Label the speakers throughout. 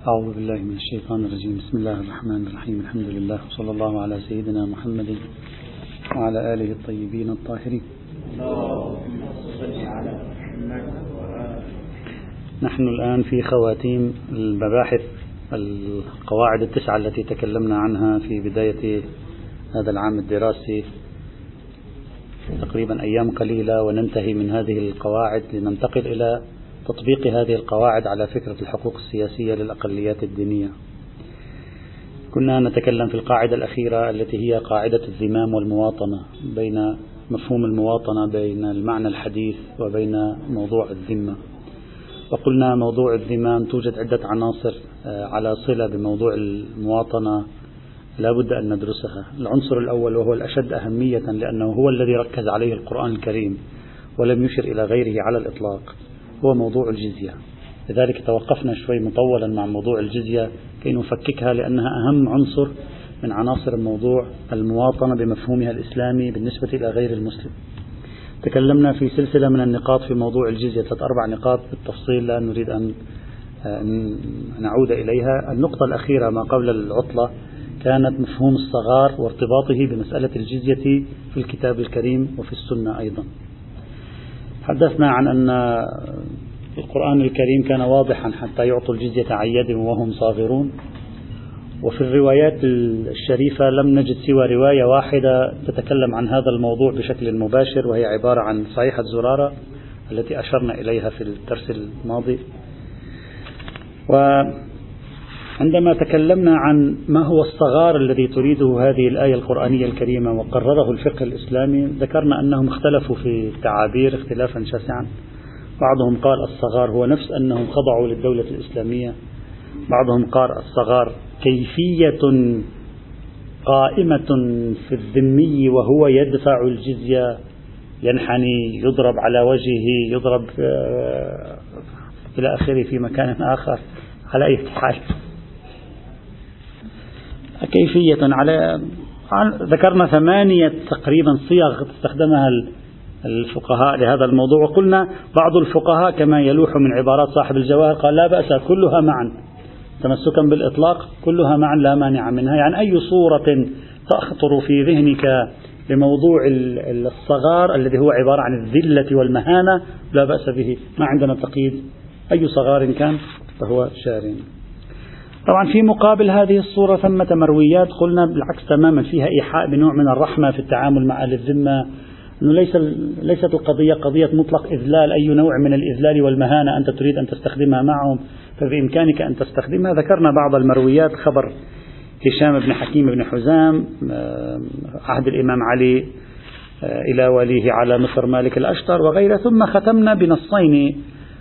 Speaker 1: أعوذ بالله من الشيطان الرجيم. بسم الله الرحمن الرحيم. الحمد لله وصلى الله على سيدنا محمد وعلى آله الطيبين الطاهرين. نحن الآن في خواتيم المباحث القواعد التسعة التي تكلمنا عنها في بداية هذا العام الدراسي، تقريبا أيام قليلة وننتهي من هذه القواعد لننتقل إلى تطبيق هذه القواعد على فكرة الحقوق السياسية للأقليات الدينية. كنا نتكلم في القاعدة الأخيرة التي هي قاعدة الذمام والمواطنة، بين مفهوم المواطنة بين المعنى الحديث وبين موضوع الذمة. وقلنا موضوع الذمام توجد عدة عناصر على صلة بموضوع المواطنة لا بد أن ندرسها. العنصر الأول وهو الأشد أهمية لأنه هو الذي ركز عليه القرآن الكريم ولم يشر إلى غيره على الإطلاق، هو موضوع الجزية. لذلك توقفنا شوي مطولا مع موضوع الجزية كي نفككها، لأنها أهم عنصر من عناصر الموضوع المواطنة بمفهومها الإسلامي بالنسبة إلى غير المسلم. تكلمنا في سلسلة من النقاط في موضوع الجزية، 3-4 نقاط بالتفصيل لا نريد أن نعود إليها. النقطة الأخيرة ما قبل العطلة كانت مفهوم الصغار وارتباطه بمسألة الجزية في الكتاب الكريم وفي السنة أيضا. تحدثنا عن أن القرآن الكريم كان واضحا حتى يعطوا الجزية عن يد وهم صاغرون، وفي الروايات الشريفة لم نجد سوى رواية واحدة تتكلم عن هذا الموضوع بشكل مباشر، وهي عبارة عن صحيحة زرارة التي أشرنا إليها في الدرس الماضي. وعندما تكلمنا عن ما هو الصغار الذي تريده هذه الآية القرآنية الكريمة وقرره الفقه الإسلامي، ذكرنا أنهم اختلفوا في التعابير اختلافا شاسعا. بعضهم قال الصغار هو نفس أنهم خضعوا للدولة الإسلامية، بعضهم قال الصغار كيفية قائمة في الذمي وهو يدفع الجزية، ينحني، يضرب على وجهه، يضرب إلى آخره في مكان آخر. على أي حال كيفية ذكرنا 8 تقريبا صيغ استخدمها الفقهاء لهذا الموضوع، وقلنا بعض الفقهاء كما يلوح من عبارات صاحب الجواهر قال لا بأس كلها معا، تمسكا بالإطلاق كلها معا لا مانع منها. يعني أي صورة تخطر في ذهنك لموضوع الصغار الذي هو عبارة عن الذلة والمهانة لا بأس به، ما عندنا تقييد، أي صغار كان فهو شارع. طبعا في مقابل هذه الصورة ثمة مرويات قلنا بالعكس تماما فيها إيحاء بنوع من الرحمة في التعامل مع أهل الذمة، أنه ليست القضية قضية مطلق إذلال، أي نوع من الإذلال والمهانة أنت تريد أن تستخدمها معهم فبإمكانك أن تستخدمها. ذكرنا بعض المرويات، خبر هشام بن حكيم بن حزام عهد الإمام علي إلى وليه على مصر مالك الأشتر وغيره، ثم ختمنا بنصين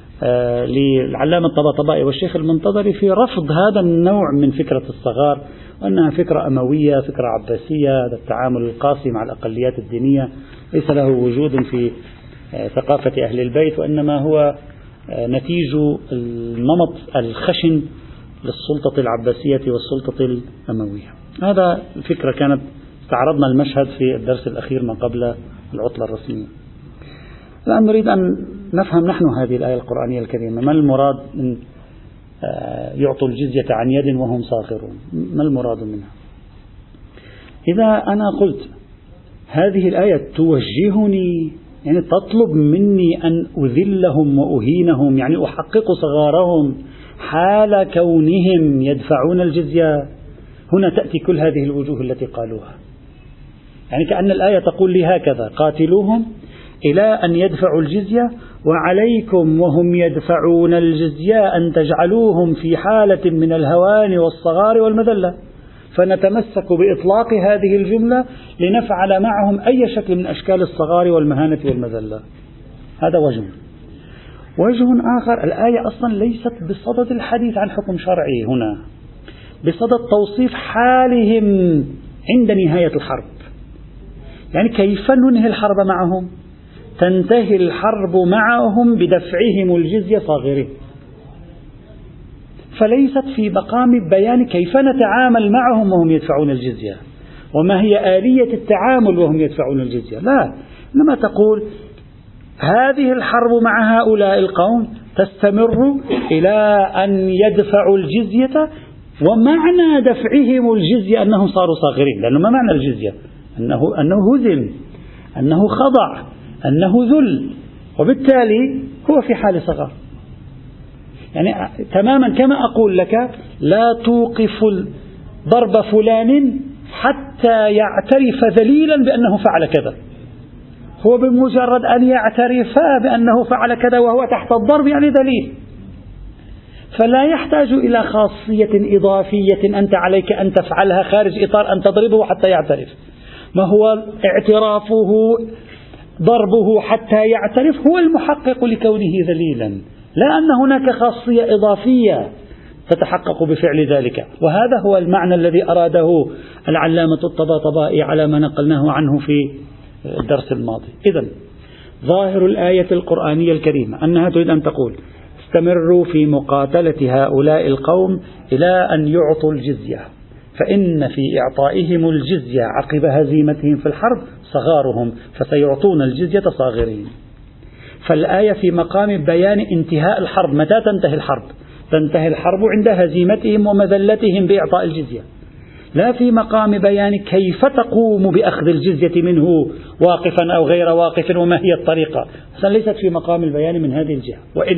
Speaker 1: للعلامة الطباطبائي والشيخ المنتظري في رفض هذا النوع من فكرة الصغار، وأنها فكرة أموية، فكرة عباسية، التعامل القاسي مع الأقليات الدينية ليس له وجود في ثقافة أهل البيت، وإنما هو نتيج النمط الخشن للسلطة العباسية والسلطة الأموية. هذا الفكرة كانت استعرضنا المشهد في الدرس الأخير ما قبل العطلة الرسمية. الآن نريد أن نفهم نحن هذه الآية القرآنية الكريمة، ما المراد من يعطوا الجزية عن يد وهم صاغرون، ما المراد منها؟ إذا أنا قلت هذه الآية توجهني، يعني تطلب مني أن أذلهم وأهينهم، يعني أحقق صغارهم حال كونهم يدفعون الجزية، هنا تأتي كل هذه الوجوه التي قالوها. يعني كأن الآية تقول لي هكذا: قاتلوهم إلى أن يدفعوا الجزية، وعليكم وهم يدفعون الجزية أن تجعلوهم في حالة من الهوان والصغار والمذلة، فنتمسك بإطلاق هذه الجملة لنفعل معهم أي شكل من أشكال الصغار والمهانة والمذلة. هذا وجه آخر، الآية أصلا ليست بصدد الحديث عن حكم شرعي هنا، بصدد توصيف حالهم عند نهاية الحرب. يعني كيف ننهي الحرب معهم؟ تنتهي الحرب معهم بدفعهم الجزية صاغرين، فليست في مقام بيان كيف نتعامل معهم وهم يدفعون الجزية وما هي آلية التعامل وهم يدفعون الجزية، لا، إنما تقول هذه الحرب مع هؤلاء القوم تستمر إلى أن يدفعوا الجزية، ومعنى دفعهم الجزية أنهم صاروا صاغرين، لأنه ما معنى الجزية؟ أنه هزم، أنه خضع، أنه ذل، وبالتالي هو في حال صغر. يعني تماما كما أقول لك لا توقف ضرب فلان حتى يعترف ذليلا بأنه فعل كذا، هو بمجرد أن يعترف بأنه فعل كذا وهو تحت الضرب يعني دليل، فلا يحتاج إلى خاصية إضافية أنت عليك أن تفعلها خارج إطار أن تضربه حتى يعترف. ما هو اعترافه، ضربه حتى يعترف هو المحقق لكونه ذليلا، لا أن هناك خاصية إضافية تتحقق بفعل ذلك. وهذا هو المعنى الذي أراده العلامة الطباطبائي على ما نقلناه عنه في الدرس الماضي. إذن ظاهر الآية القرآنية الكريمة أنها تريد أن تقول استمروا في مقاتلة هؤلاء القوم إلى أن يعطوا الجزية، فإن في إعطائهم الجزية عقب هزيمتهم في الحرب صغارهم، فسيعطون الجزية صاغرين. فالآية في مقام بيان انتهاء الحرب. متى تنتهي الحرب؟ تنتهي الحرب عند هزيمتهم ومذلتهم بإعطاء الجزية، لا في مقام بيان كيف تقوم بأخذ الجزية منه واقفا أو غير واقف وما هي الطريقة. ليست في مقام البيان من هذه الجهة.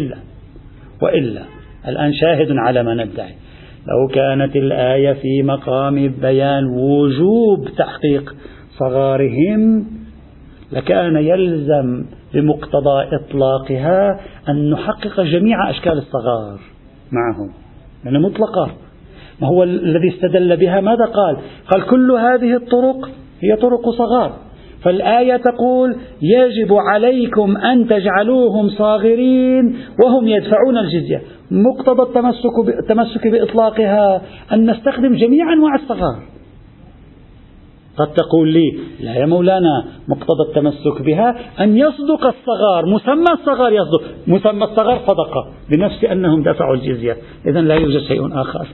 Speaker 1: وإلا الآن شاهد على ما ندعي، لو كانت الآية في مقام بيان وجوب تحقيق صغارهم لكان يلزم بمقتضى إطلاقها أن نحقق جميع أشكال الصغار معهم، لأنها مطلقة. ما هو الذي استدل بها ماذا قال؟ قال كل هذه الطرق هي طرق صغار، فالآية تقول يجب عليكم أن تجعلوهم صاغرين وهم يدفعون الجزية. مقتضى التمسك بإطلاقها أن نستخدم جميع أنواع الصغار. قد تقول لي لا يا مولانا، مقتضى التمسك بها أن يصدق الصغار، مسمى الصغار يصدق، مسمى الصغار صدق بنفس أنهم دفعوا الجزية، إذن لا يوجد شيء آخر.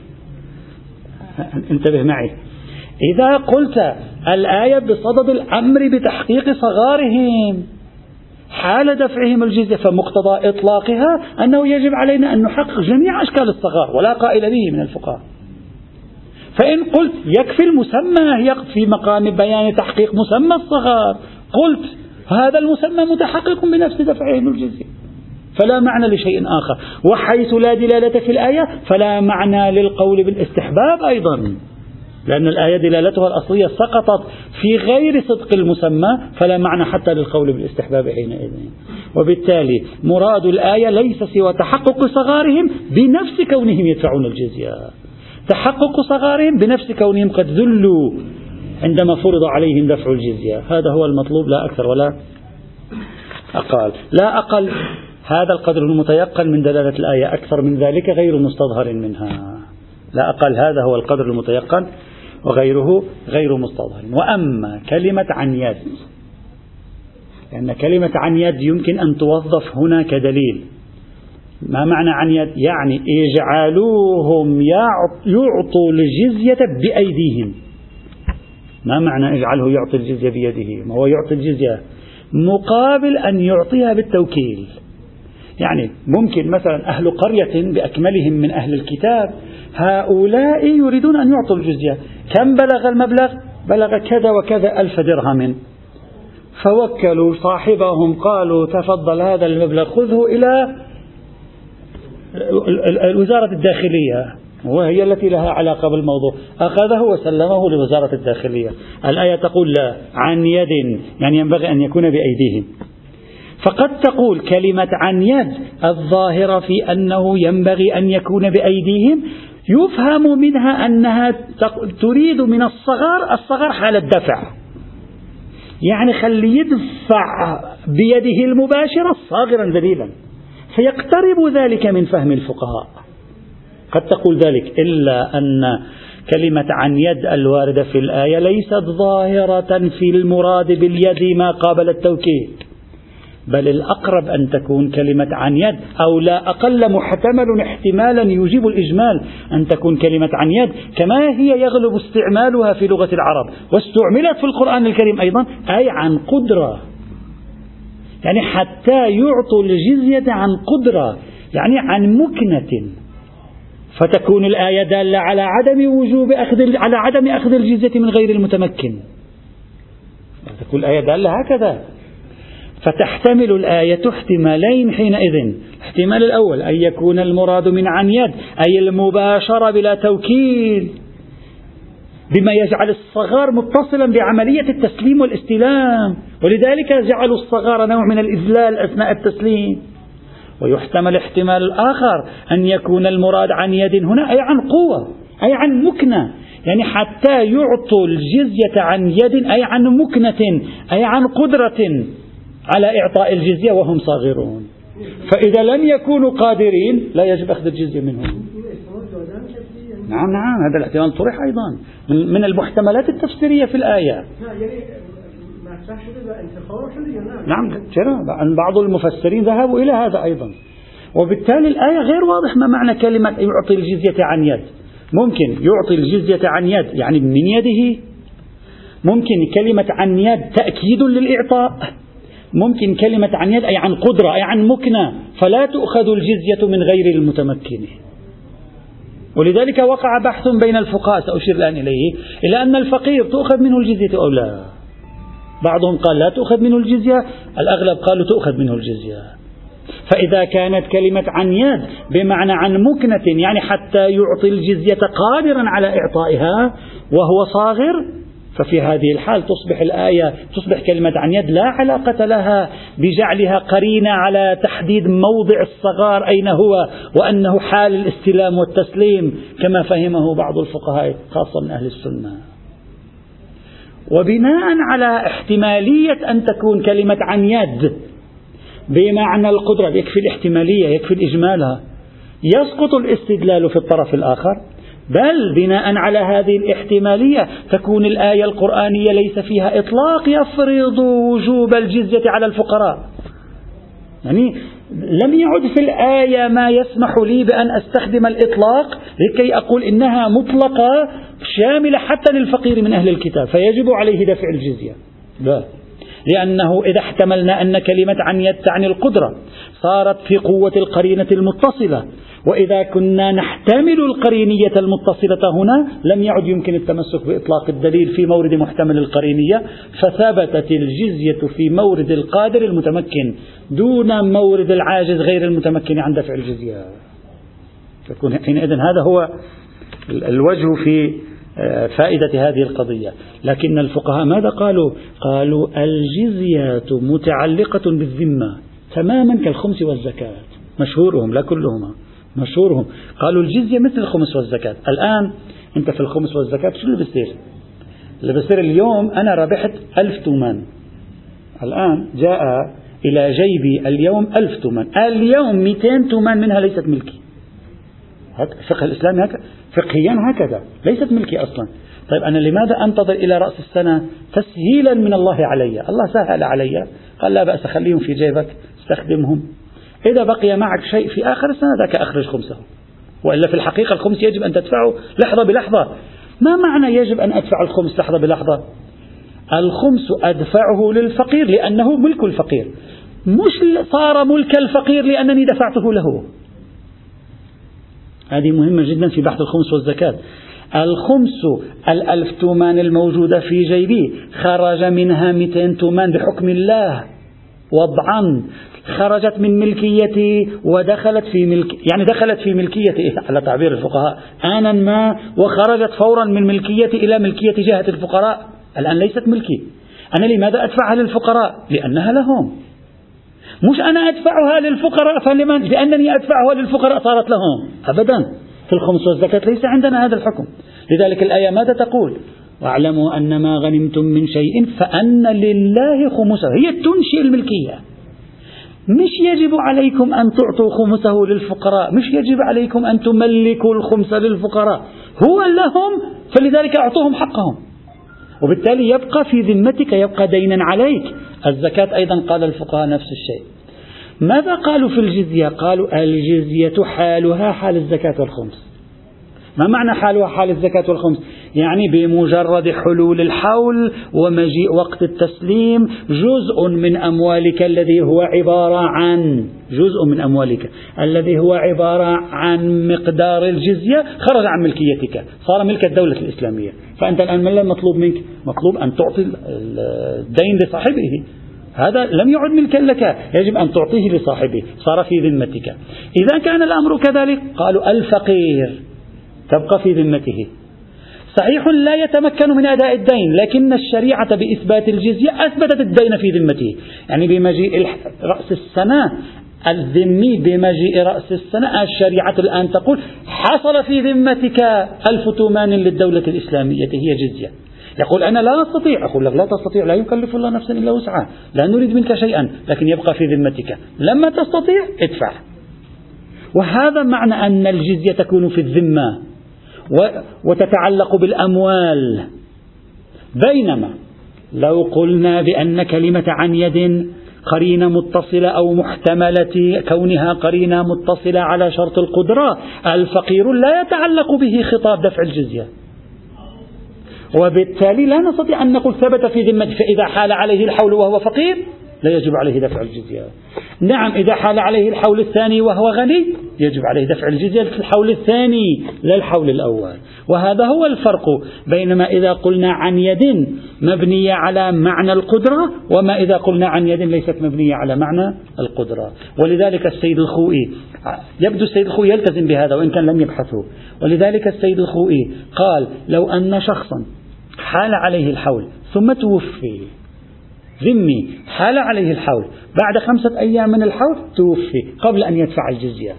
Speaker 1: انتبه معي، إذا قلت الآية بصدد الأمر بتحقيق صغارهم حال دفعهم الجزية فمقتضى إطلاقها أنه يجب علينا أن نحقق جميع أشكال الصغار ولا قائل به من الفقهاء. فإن قلت يكفي المسمى، يكفي مقام بيان تحقيق مسمى الصغار، قلت هذا المسمى متحقق بنفس دفعهم الجزية، فلا معنى لشيء آخر. وحيث لا دلالة في الآية فلا معنى للقول بالاستحباب أيضا، لأن الآية دلالتها الأصلية سقطت في غير صدق المسمى، فلا معنى حتى للقول بالاستحباب حينئذ. وبالتالي مراد الآية ليس سوى تحقق صغارهم بنفس كونهم يدفعون الجزية، تحقق صغارهم بنفس كونهم قد ذلوا عندما فرض عليهم دفع الجزية. هذا هو المطلوب، لا أكثر ولا أقل. لا أقل، هذا القدر المتيقن من دلالة الآية، أكثر من ذلك غير مستظهر منها. لا أقل، هذا هو القدر المتيقن وغيره غير مستظهر. وأما كلمة عن يد، لأن كلمة عن يد يمكن أن توظف هنا كدليل. ما معنى عن يد؟ يعني اجعلوهم يعطوا الجزية بأيديهم. ما معنى اجعله يعطي الجزية بيده؟ ما هو يعطي الجزية مقابل أن يعطيها بالتوكيل. يعني ممكن مثلا أهل قرية بأكملهم من أهل الكتاب هؤلاء يريدون أن يعطوا الجزية. كم بلغ المبلغ؟ بلغ كذا وكذا 1000 درهم، فوكلوا صاحبهم قالوا تفضل هذا المبلغ خذه إلى وزارة الداخلية، وهي التي لها علاقة بالموضوع، أخذه وسلمه لوزارة الداخلية. الآية تقول لا، عن يد، يعني ينبغي أن يكون بأيديهم. فقد تقول كلمة عن يد الظاهرة في أنه ينبغي أن يكون بأيديهم يفهم منها أنها تريد من الصغر حال الدفع، يعني خلي يدفع بيده المباشرة صاغرا ذليلا، فيقترب ذلك من فهم الفقهاء. قد تقول ذلك، إلا أن كلمة عن يد الواردة في الآية ليست ظاهرة في المراد باليد ما قابل التوكيد، بل الأقرب أن تكون كلمة عن يد، أو لا أقل محتمل احتمالا يجيب الإجمال أن تكون كلمة عن يد كما هي يغلب استعمالها في لغة العرب واستعملت في القرآن الكريم أيضا، أي عن قدرة، يعني حتى يعطوا الجزية عن قدرة. يعني عن مكنة، فتكون الآية دالة على على عدم أخذ الجزية من غير المتمكن، تكون الآية دالة هكذا. فتحتمل الآية احتمالين حينئذ. الاحتمال الأول أن يكون المراد من عن يد أي المباشرة بلا توكيل، بما يجعل الصغار متصلا بعملية التسليم والاستلام، ولذلك جعلوا الصغار نوع من الإذلال أثناء التسليم. ويحتمل احتمال الآخر أن يكون المراد عن يد هنا أي عن قوة، أي عن مكنة، يعني حتى يعطوا الجزية عن يد أي عن مكنة، أي عن قدرة على إعطاء الجزية وهم صاغرون. فإذا لم يكونوا قادرين لا يجب أخذ الجزية منهم. نعم هذا الاحتمال طرح أيضا من المحتملات التفسيرية في الآية. نعم بعض المفسرين ذهبوا إلى هذا أيضا. وبالتالي الآية غير واضح ما معنى كلمة يعطي الجزية عن يد. ممكن يعطي الجزية عن يد يعني من يده، ممكن كلمة عن يد تأكيد للإعطاء، ممكن كلمة عن يد أي عن قدرة أي عن مكنة، فلا تؤخذ الجزية من غير المتمكن. ولذلك وقع بحث بين الفقهاء سأشير الآن إليه، إلى أن الفقير تؤخذ منه الجزية أو لا. بعضهم قال لا تؤخذ منه الجزية، الأغلب قالوا تؤخذ منه الجزية. فإذا كانت كلمة عن يد بمعنى عن مكنة يعني حتى يعطي الجزية قادرا على إعطائها وهو صاغر، ففي هذه الحال تصبح كلمة عن يد لا علاقة لها بجعلها قرينة على تحديد موضع الصغار أين هو وأنه حال الاستلام والتسليم كما فهمه بعض الفقهاء خاصة من أهل السنة. وبناء على احتمالية أن تكون كلمة عن يد بمعنى القدرة، يكفي الاحتمالية يكفي الإجمالها، يسقط الاستدلال في الطرف الآخر، بل بناء على هذه الاحتمالية تكون الآية القرآنية ليس فيها إطلاق يفرض وجوب الجزية على الفقراء. يعني لم يعد في الآية ما يسمح لي بأن أستخدم الإطلاق لكي أقول إنها مطلقة شاملة حتى للفقير من أهل الكتاب فيجب عليه دفع الجزية، لا، لأنه إذا احتملنا أن كلمة عن يد تعني القدرة صارت في قوة القرينة المتصلة، وإذا كنا نحتمل القرينية المتصلة هنا لم يعد يمكن التمسك بإطلاق الدليل في مورد محتمل القرينية، فثبتت الجزية في مورد القادر المتمكن دون مورد العاجز غير المتمكن عن دفع الجزية. فيكون حينئذ هذا هو الوجه في فائدة هذه القضية. لكن الفقهاء ماذا قالوا؟ قالوا الجزية متعلقة بالذمة تماما كالخمس والزكاة، مشهورهم لا كلهما، مشهورهم قالوا الجزية مثل الخمس والزكاة. الآن أنت في الخمس والزكاة شو اللي بيصير؟ اللي بيصير اليوم أنا ربحت 1000 تومان، الآن جاء إلى جيبي اليوم 1000 تومان، اليوم 200 تومان منها ليست ملكي. الفقه الإسلامي فقهيا هكذا ليست ملكي أصلا. طيب أنا لماذا أنتظر إلى رأس السنة تسهيلا من الله علي؟ الله سهل علي، قال لا بأس خليهم في جيبك استخدمهم، إذا بقي معك شيء في آخر السنة ذاك أخرج خمسه. وإلا في الحقيقة الخمس يجب أن تدفعه لحظة بلحظة. ما معنى يجب أن أدفع الخمس لحظة بلحظة؟ الخمس أدفعه للفقير لأنه ملك الفقير، مش صار ملك الفقير لأنني دفعته له. هذه مهمة جدا في بحث الخمس والزكاة. الخمس 1000 تومان الموجودة في جيبي خرج منها 200 تومان بحكم الله وضعا، خرجت من ملكيتي ودخلت في يعني دخلت في ملكيتي على تعبير الفقهاء آنا ما، وخرجت فورا من ملكيتي إلى ملكية جهة الفقراء. الآن ليست ملكي. أنا لماذا أدفعها للفقراء؟ لأنها لهم، مش أنا أدفعها للفقراء لأنني أدفعها للفقراء صارت لهم، أبدا. في الخمس والزكاة ليس عندنا هذا الحكم. لذلك الآية ماذا تقول؟ واعلموا أن ما غنمتم من شيء فأن لله خمسه، هي تنشئ الملكية. مش يجب عليكم أن تعطوا خمسه للفقراء، مش يجب عليكم أن تملكوا الخمس للفقراء، هو لهم، فلذلك أعطوهم حقهم، وبالتالي يبقى في ذمتك، يبقى دينا عليك. الزكاة أيضا قال الفقهاء نفس الشيء. ماذا قالوا في الجزية؟ قالوا الجزية حالها حال الزكاة والخمس. ما معنى حالها حال الزكاة والخمس؟ يعني بمجرد حلول الحول ومجيء وقت التسليم جزء من أموالك الذي هو عبارة عن مقدار الجزية خرج عن ملكيتك، صار ملك الدولة الإسلامية. فأنت الآن ما المطلوب منك؟ مطلوب أن تعطي الدين لصاحبه، هذا لم يعد ملكا لك، يجب أن تعطيه لصاحبه، صار في ذمتك. إذا كان الأمر كذلك قالوا الفقير تبقى في ذمته، صحيح لا يتمكن من أداء الدين، لكن الشريعة بإثبات الجزية أثبتت الدين في ذمته. يعني بمجيء رأس السنة الذمي، بمجيء رأس السنة الشريعة الآن تقول حصل في ذمتك 1000 تومان للدولة الإسلامية هي جزية. يقول أنا لا أستطيع، أقول لك لا تستطيع، لا يكلف الله نفسا إلا وسعها، لا نريد منك شيئا، لكن يبقى في ذمتك، لما تستطيع ادفع. وهذا معنى أن الجزية تكون في الذمة وتتعلق بالأموال. بينما لو قلنا بأن كلمة عن يد قرينة متصلة أو محتملة كونها قرينة متصلة على شرط القدرة، الفقير لا يتعلق به خطاب دفع الجزية، وبالتالي لا نستطيع أن نقول ثبت في ذمته، فإذا حال عليه الحول وهو فقير لا يجب عليه دفع الجزية. نعم إذا حال عليه الحول الثاني وهو غني يجب عليه دفع الجزية في الحول الثاني لا الحول الأول. وهذا هو الفرق بينما إذا قلنا عن يد مبنية على معنى القدرة، وما إذا قلنا عن يد ليست مبنية على معنى القدرة. ولذلك السيد الخوئي، يبدو السيد الخوئي يلتزم بهذا وإن كان لم يبحثه، ولذلك السيد الخوئي قال لو أن شخصا حال عليه الحول ثم توفي، ذمي حال عليه الحول بعد 5 أيام من الحول توفي قبل أن يدفع الجزية،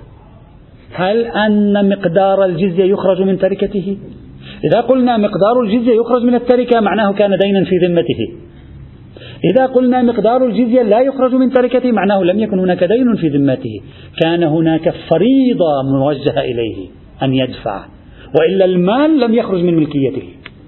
Speaker 1: هل أن مقدار الجزية يخرج من تركته؟ إذا قلنا مقدار الجزية يخرج من التركة معناه كان دينا في ذمته. إذا قلنا مقدار الجزية لا يخرج من تركته معناه لم يكن هناك دين في ذمته، كان هناك فريضة موجهة إليه أن يدفع، وإلا المال لم يخرج من ملكيته.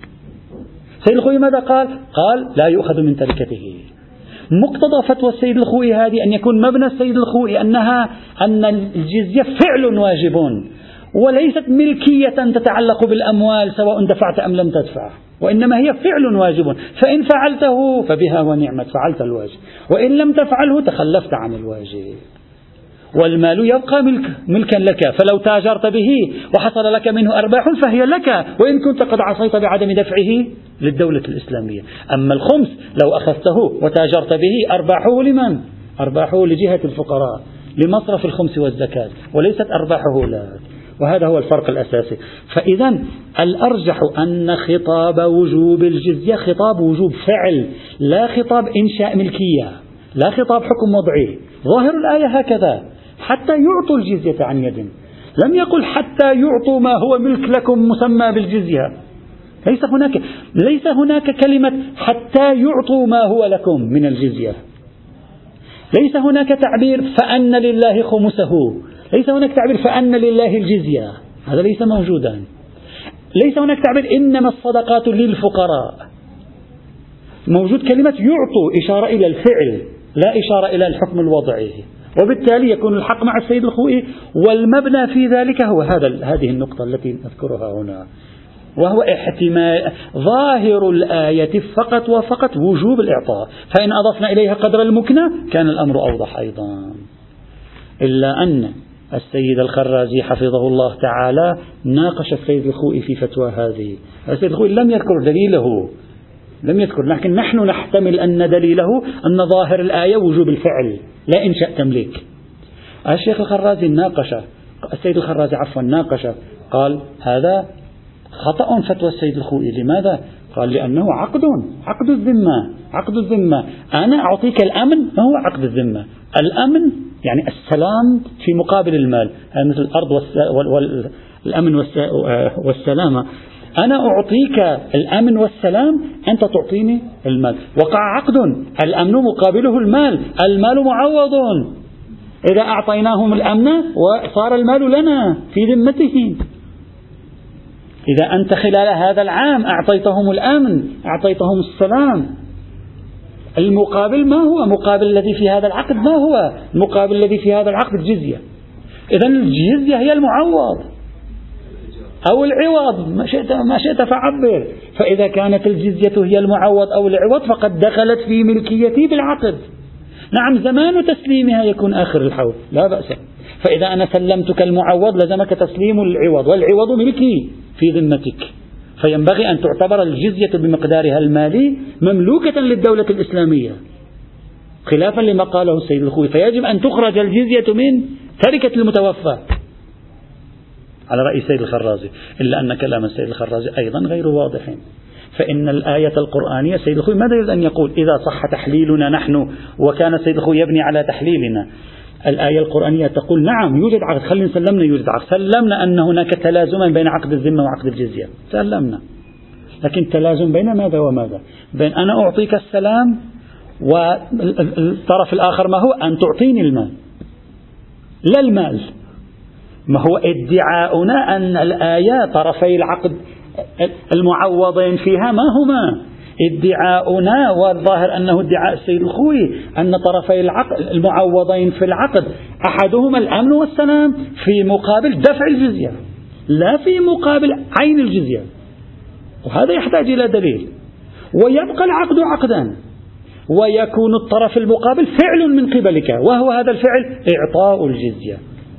Speaker 1: السيد الخوئي ماذا قال؟ قال لا يؤخذ من تركته. مقتضى فتوى السيد الخوئي هذه أن يكون مبنى السيد الخوئي أن الجزية فعل واجب وليست ملكية تتعلق بالأموال سواء دفعت أم لم تدفع، وإنما هي فعل واجب، فإن فعلته فبها ونعمت، فعلت الواجب، وإن لم تفعله تخلفت عن الواجب. والمال يبقى ملكا لك، فلو تاجرت به وحصل لك منه أرباح فهي لك، وإن كنت قد عصيت بعدم دفعه للدولة الإسلامية. أما الخمس لو أخذته وتاجرت به أرباحه لمن؟ أرباحه لجهة الفقراء لمصرف الخمس والزكاة، وليست أرباحه لك. وهذا هو الفرق الأساسي. فإذا الأرجح أن خطاب وجوب الجزية خطاب وجوب فعل، لا خطاب إنشاء ملكية، لا خطاب حكم وضعي. ظاهر الآية هكذا، حتى يعطوا الجزية عن يد، لم يقل حتى يعطوا ما هو ملك لكم مسمى بالجزية. ليس هناك كلمة حتى يعطوا ما هو لكم من الجزية، ليس هناك تعبير فأن لله خمسه، ليس هناك تعبير فأن لله الجزية، هذا ليس موجودا. ليس هناك تعبير إنما الصدقات للفقراء، موجود كلمة يعطوا إشارة إلى الفعل لا إشارة إلى الحكم الوضعي، وبالتالي يكون الحق مع السيد الخوئي. والمبنى في ذلك هو هذه النقطة التي نذكرها هنا، وهو احتمال ظاهر الآية فقط وفقط وجوب الإعطاء، فإن أضفنا إليها قدر المكنة كان الأمر أوضح أيضا. إلا أن السيد الخرازي حفظه الله تعالى ناقش السيد الخوئي في فتوى هذه. السيد الخوئي لم يذكر دليله، لكن نحن نحتمل أن دليله أن ظاهر الآية وجوب الفعل لا إنشاء تمليك. الشيخ الخرازي السيد الخرازي ناقش، قال هذا خطأ فتوى السيد الخوئي. لماذا؟ قال لأنه عقد الذمة. أنا أعطيك الأمن، ما هو عقد الذمة؟ الأمن يعني السلام في مقابل المال، مثل الأرض والأمن والسلامة. أنا أعطيك الأمن والسلام، أنت تعطيني المال، وقع عقد، الأمن مقابله المال معوض. إذا أعطيناهم الأمن وصار المال لنا في ذمته. إذا أنت خلال هذا العام أعطيتهم الأمن، أعطيتهم السلام، المقابل ما هو؟ مقابل الذي في هذا العقد ما هو؟ المقابل الذي في هذا العقد الجزية. إذن الجزية هي المعوض. أو العوض، ما شئت فعبر. فإذا كانت الجزية هي المعوض أو العوض فقد دخلت في ملكيتي بالعقد. نعم زمان تسليمها يكون آخر الحول لا بأس، فإذا أنا سلمتك المعوض لزمك تسليم العوض، والعوض ملكي في ذمتك، فينبغي أن تعتبر الجزية بمقدارها المالي مملوكة للدولة الإسلامية خلافا لما قاله السيد الخوي، فيجب أن تخرج الجزية من تركة المتوفى على رأي السيد الخرازي. إلا أن كلام السيد الخرازي أيضا غير واضح، فإن الآية القرآنية السيد الخوي ماذا يريد أن يقول؟ إذا صح تحليلنا نحن وكان السيد الخوي يبني على تحليلنا، الآية القرآنية تقول نعم يوجد عقد، خلينا سلمنا يوجد عقد، سلمنا أن هناك تلازما بين عقد الذمة وعقد الجزية، سلمنا، لكن تلازم بين ماذا وماذا؟ بين أنا أعطيك السلام والطرف الآخر ما هو؟ أن تعطيني المال، لا المال. ما هو ادعاؤنا أن الآيات طرفي العقد المعوضين فيها ما هما؟ ادعاؤنا والظاهر أنه ادعاء السيد الخوي أن طرفي العقد المعوضين في العقد أحدهما الأمن والسلام في مقابل دفع الجزية، لا في مقابل عين الجزية، وهذا يحتاج إلى دليل. ويبقى العقد عقدا، ويكون الطرف المقابل فعل من قبلك، وهو هذا الفعل إعطاء الجزية،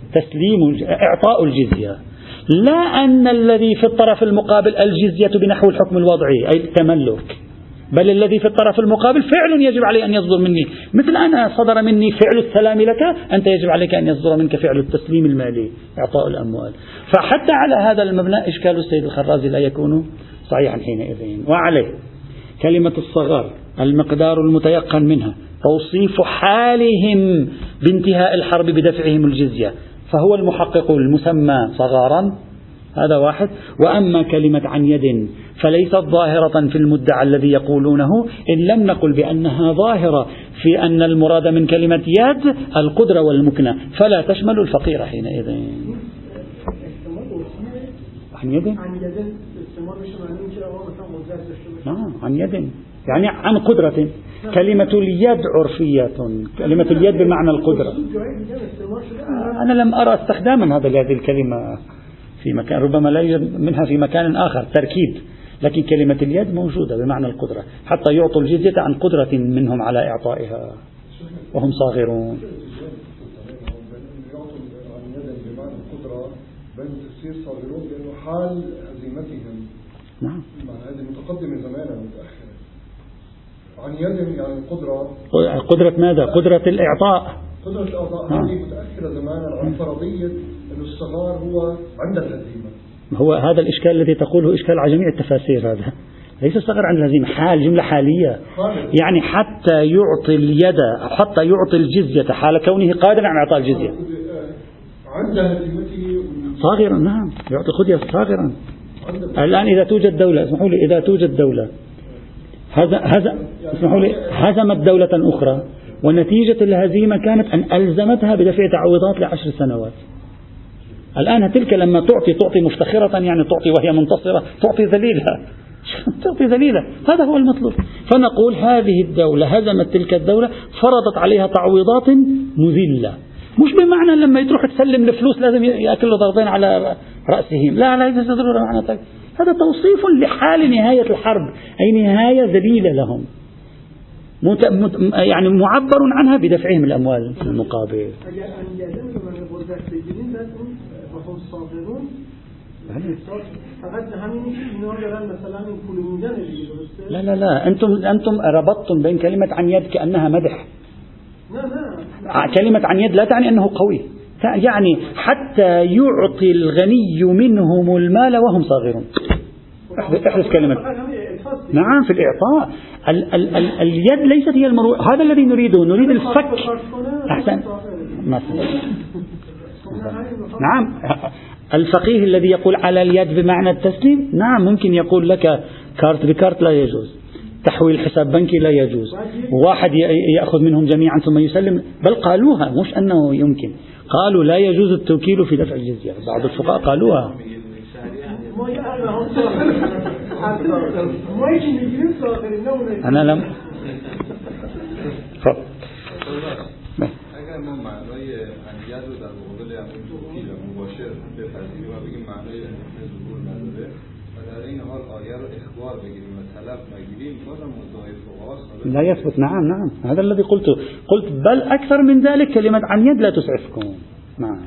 Speaker 1: إعطاء الجزية، لا أن الذي في الطرف المقابل الجزية بنحو الحكم الوضعي أي التملك، بل الذي في الطرف المقابل فعل يجب عليه أن يصدر مني، مثل أنا صدر مني فعل السلام لك، أنت يجب عليك أن يصدر منك فعل التسليم المالي، إعطاء الأموال. فحتى على هذا المبنى إشكال السيد الخرازي لا يكون صحيحا حينئذ. وعليه كلمة الصغار المقدار المتيقن منها توصيف حالهم بانتهاء الحرب بدفعهم الجزية، فهو المحقق المسمى صغارا، هذا واحد. وأما كلمة عن يد فليست ظاهرة في المدعى الذي يقولونه، إن لم نقل بأنها ظاهرة في أن المراد من كلمة يد القدرة والمكنة، فلا تشمل الفقير حينئذ. عن يد نعم، عن يد يعني عن قدرة. كلمة اليد عرفية، كلمة اليد بمعنى القدرة. أنا لم أرى استخداما هذه الكلمة في مكان، ربما لا يوجد منها في مكان آخر تركيب، لكن كلمة اليد موجودة بمعنى القدرة، حتى يعطوا الجزية عن قدرة منهم على إعطائها وهم صاغرون.
Speaker 2: بين تفسير صاغرون لأنه حال هزيمتهم.
Speaker 1: نعم.
Speaker 2: هذه متقدمة زمانا متأخرة. عن يد يعني القدرة.
Speaker 1: قدرة ماذا؟ قدرة الإعطاء.
Speaker 2: قدرة الإعطاء هذه متأخرة زمانا عن فرضية أن الصغار هو عند الهزيمة.
Speaker 1: هو هذا الإشكال الذي تقوله إشكال على جميع التفاسير، هذا ليس الصغر عند الهزيمة، حال جملة حالية، يعني حتى يعطي اليد حتى يعطي الجزية حال كونه قادرا على إعطاء الجزية.
Speaker 2: عند هزيمته
Speaker 1: صاغرا. نعم، يعطي الخدية صاغرا. الآن إذا توجد دولة، اسمحوا لي، إذا توجد دولة اسمحوا لي هزمت دولة أخرى، ونتيجة الهزيمة كانت أن ألزمتها بدفع تعويضات ل10 سنوات. الآن تلك لما تعطي مفتخرة، يعني تعطي وهي منتصرة، تعطي ذليلة، هذا هو المطلوب. فنقول هذه الدولة هزمت تلك الدولة، فرضت عليها تعويضات مذلة، مش بمعنى لما تروح تسلم الفلوس لازم يأكلوا ضربين على رأسهم، لا ليس ضرورة معنى ذلك. هذا توصيف لحال نهاية الحرب، أي نهاية ذليلة لهم، يعني معبر عنها بدفعهم الأموال في المقابل. لا أنتم ربطتم بين كلمة عن يد كأنها مدح. كلمة عن يد لا تعني أنه قوي، يعني حتى يعطي الغني منهم المال وهم صاغرون. احدث كلمة. نعم، في الإعطاء اليد ليست هي هذا الذي نريده، نريد الفك. أحسن. نعم، الفقيه الذي يقول على اليد بمعنى التسليم، نعم ممكن يقول لك كارت بكارت لا يجوز، تحويل حساب بنكي لا يجوز، واحد يأخذ منهم جميعا ثم يسلم، بل قالوها، مش أنه يمكن، قالوا لا يجوز التوكيل في دفع الجزية، بعض الفقهاء قالوها. أنا لم
Speaker 3: ما معنای انیت رو در مقابل همون توکیل مباشر بپذیریم و بگیم معنای انیت ظهور نداره و در این حال آیه رو اخبار بگیریم و طلب نگیریم، بازم مدعای فقها
Speaker 1: لا يثبت. نعم هذا الذي قلت بل أكثر من ذلك كلمة عن يد لا تسعفكم. نعم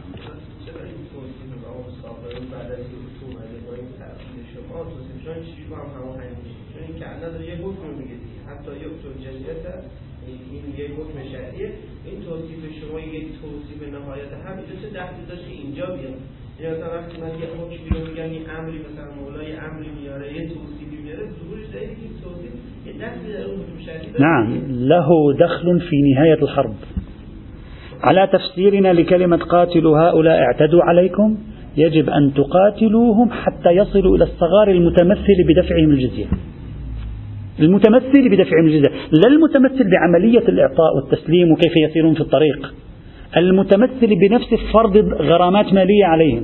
Speaker 4: این یک حکم شرعیه. این توصیف شما یک توصیف نهایت هم چه دخلی داشت که اینجا بیاد؟ یعنی مثلا وقتی من یه حکمی رو میگم این امری مثلا مولای امری میاره یه توصیفی میاره، ظهورش دلیل این توصیف یه دخلی داره اون حکم شرعی.
Speaker 1: نعم له دخل في نهاية الحرب. على تفسيرنا لكلمة قاتلوا هؤلاء اعتدوا عليكم يجب أن تقاتلوهم حتى يصلوا إلى الصغار المتمثل بدفعهم الجزية. المتمثل بدفعهم الجزية، لا المتمثل بعملية الإعطاء والتسليم وكيف يسيرون في الطريق، المتمثل بنفس فرض غرامات مالية عليهم.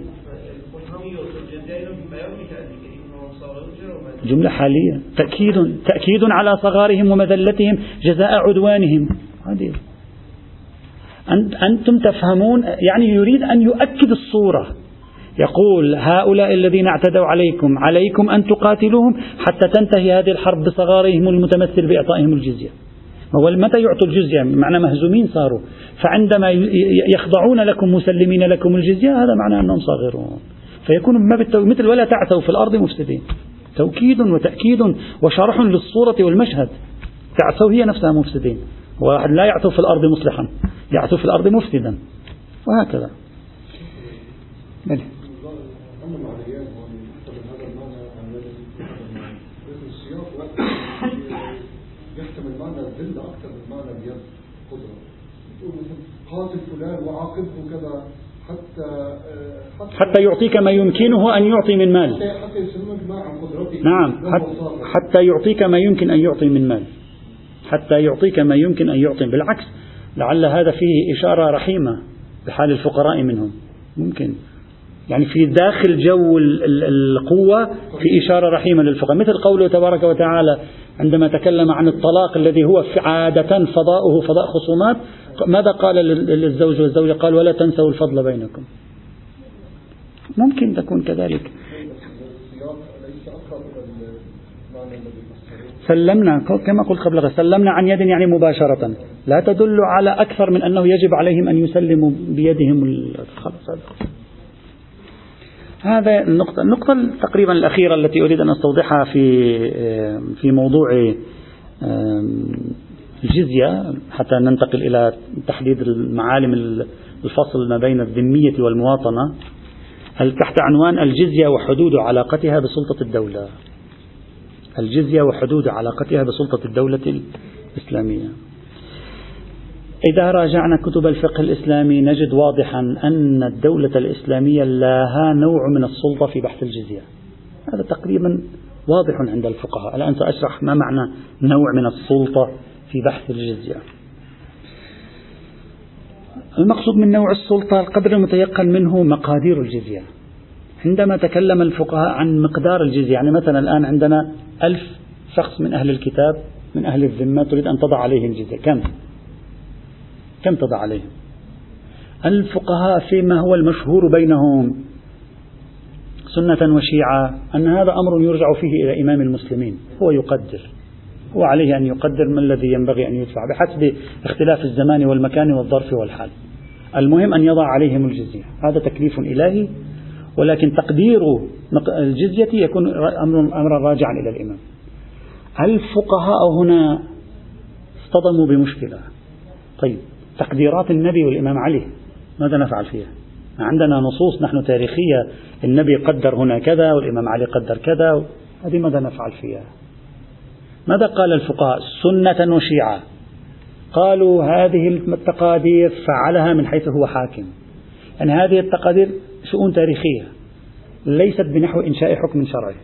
Speaker 1: جملة حالية، تأكيد على صغارهم ومذلتهم جزاء عدوانهم. هذه أنتم تفهمون، يعني يريد أن يؤكد الصورة، يقول هؤلاء الذين اعتدوا عليكم أن تقاتلوهم حتى تنتهي هذه الحرب بصغارهم المتمثل بإعطائهم الجزية. متى يعطوا الجزية؟ معنى مهزومين صاروا، فعندما يخضعون لكم مسلمين لكم الجزية هذا معنى أنهم صاغرون، فيكون مثل ولا تعثوا في الأرض مفسدين. توكيد وتأكيد وشرح للصورة والمشهد. تعثوا هي نفسها مفسدين، واحد لا يعثو في الأرض مصلحا، يعثو في الأرض مفسدا، وهكذا. بلي.
Speaker 2: يحتمل معنى الذل أكثر من معنى اليد قدرة. تقول مثلا قاتل فلان وعاقبه كذا
Speaker 1: حتى يعطيك ما يمكنه أن يعطي من مال.
Speaker 2: حتى يسلمك ما عن قدرته.
Speaker 1: نعم حتى يعطيك ما يمكن أن يعطي من مال. حتى يعطيك ما يمكن أن يعطي. بالعكس لعل هذا فيه إشارة رحيمة بحال الفقراء منهم. ممكن يعني في داخل جو القوة في إشارة رحيمة للفقراء، مثل قوله تبارك وتعالى عندما تكلم عن الطلاق الذي هو عادة فضاؤه فضاء خصومات، ماذا قال للزوج والزوجة؟ قال ولا تنسوا الفضل بينكم. ممكن تكون كذلك. سلمنا كما قلت قبل، سلمنا عن يد يعني مباشرة، لا تدل على أكثر من أنه يجب عليهم أن يسلموا بيدهم. خلاص هذا النقطة تقريبا الأخيرة التي أريد أن أستوضحها في موضوع الجزية حتى ننتقل إلى تحديد المعالم الفصل ما بين الذمية والمواطنة، تحت عنوان الجزية وحدود علاقتها بسلطة الدولة. الجزية وحدود علاقتها بسلطة الدولة الإسلامية. إذا راجعنا كتب الفقه الإسلامي نجد واضحا أن الدولة الإسلامية لها نوع من السلطة في بحث الجزية. هذا تقريبا واضح عند الفقهاء. الآن سأشرح ما معنى نوع من السلطة في بحث الجزية. المقصود من نوع السلطة القدر المتيقن منه مقادير الجزية. عندما تكلم الفقهاء عن مقدار الجزية، يعني مثلا الآن عندنا 1000 شخص من أهل الكتاب من أهل الذمة تريد أن تضع عليهم جزية، كم تضع عليهم؟ الفقهاء فيما هو المشهور بينهم سنة وشيعة أن هذا أمر يرجع فيه إلى إمام المسلمين، هو يقدر، هو عليه أن يقدر ما الذي ينبغي أن يدفع بحسب اختلاف الزمان والمكان والظرف والحال. المهم أن يضع عليهم الجزية، هذا تكليف إلهي، ولكن تقدير الجزية يكون أمرا راجعا إلى الإمام. الفقهاء هنا اصطدموا بمشكلة. طيب تقديرات النبي والإمام علي ماذا نفعل فيها؟ عندنا نصوص نحن تاريخية، النبي قدر هنا كذا والإمام علي قدر كذا، هذه ماذا نفعل فيها؟ ماذا قال الفقهاء سنة وشيعة؟ قالوا هذه التقادير فعلها من حيث هو حاكم، يعني هذه التقادير شؤون تاريخية ليست بنحو إنشاء حكم شرعي،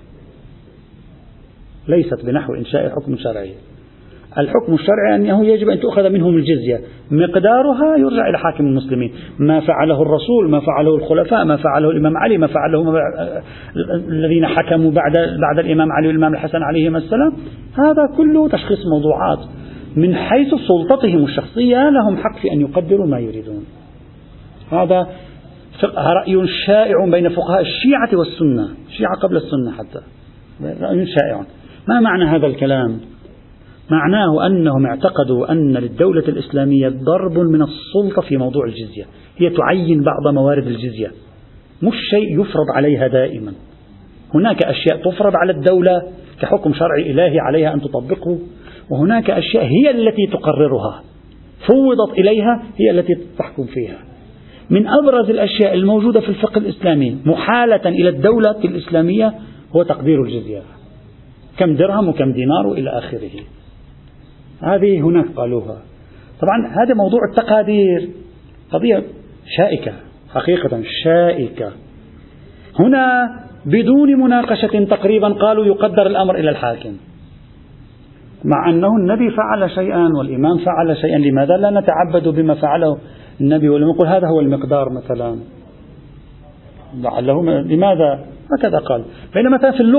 Speaker 1: ليست بنحو إنشاء حكم شرعي. الحكم الشرعي أنه يجب أن تؤخذ منهم الجزية، مقدارها يرجع إلى حاكم المسلمين، ما فعله الرسول، ما فعله الخلفاء، ما فعله الإمام علي، ما فعله الذين حكموا بعد الإمام علي والإمام الحسن عليهما السلام، هذا كله تشخيص موضوعات. من حيث سلطتهم الشخصية لهم حق في أن يقدروا ما يريدون. هذا رأي شائع بين فقهاء الشيعة والسنة، الشيعة قبل السنة حتى، رأي شائع. ما معنى هذا الكلام؟ معناه أنهم اعتقدوا أن للدولة الإسلامية ضرب من السلطة في موضوع الجزية، هي تعين بعض موارد الجزية، مش شيء يفرض عليها دائما. هناك أشياء تفرض على الدولة كحكم شرعي إلهي عليها أن تطبقه، وهناك أشياء هي التي تقررها، فوضت إليها، هي التي تحكم فيها. من أبرز الأشياء الموجودة في الفقه الإسلامي محالة إلى الدولة الإسلامية هو تقدير الجزية، كم درهم وكم دينار وإلى آخره. هذه هناك قالوها. طبعا هذا موضوع التقادير قضية شائكة، حقيقة شائكة. هنا بدون مناقشة تقريبا قالوا يقدر الأمر إلى الحاكم، مع أنه النبي فعل شيئا والإمام فعل شيئا. لماذا لا نتعبد بما فعله النبي ولم يقل هذا هو المقدار مثلا؟ لماذا هكذا قال؟ بينما مثلا في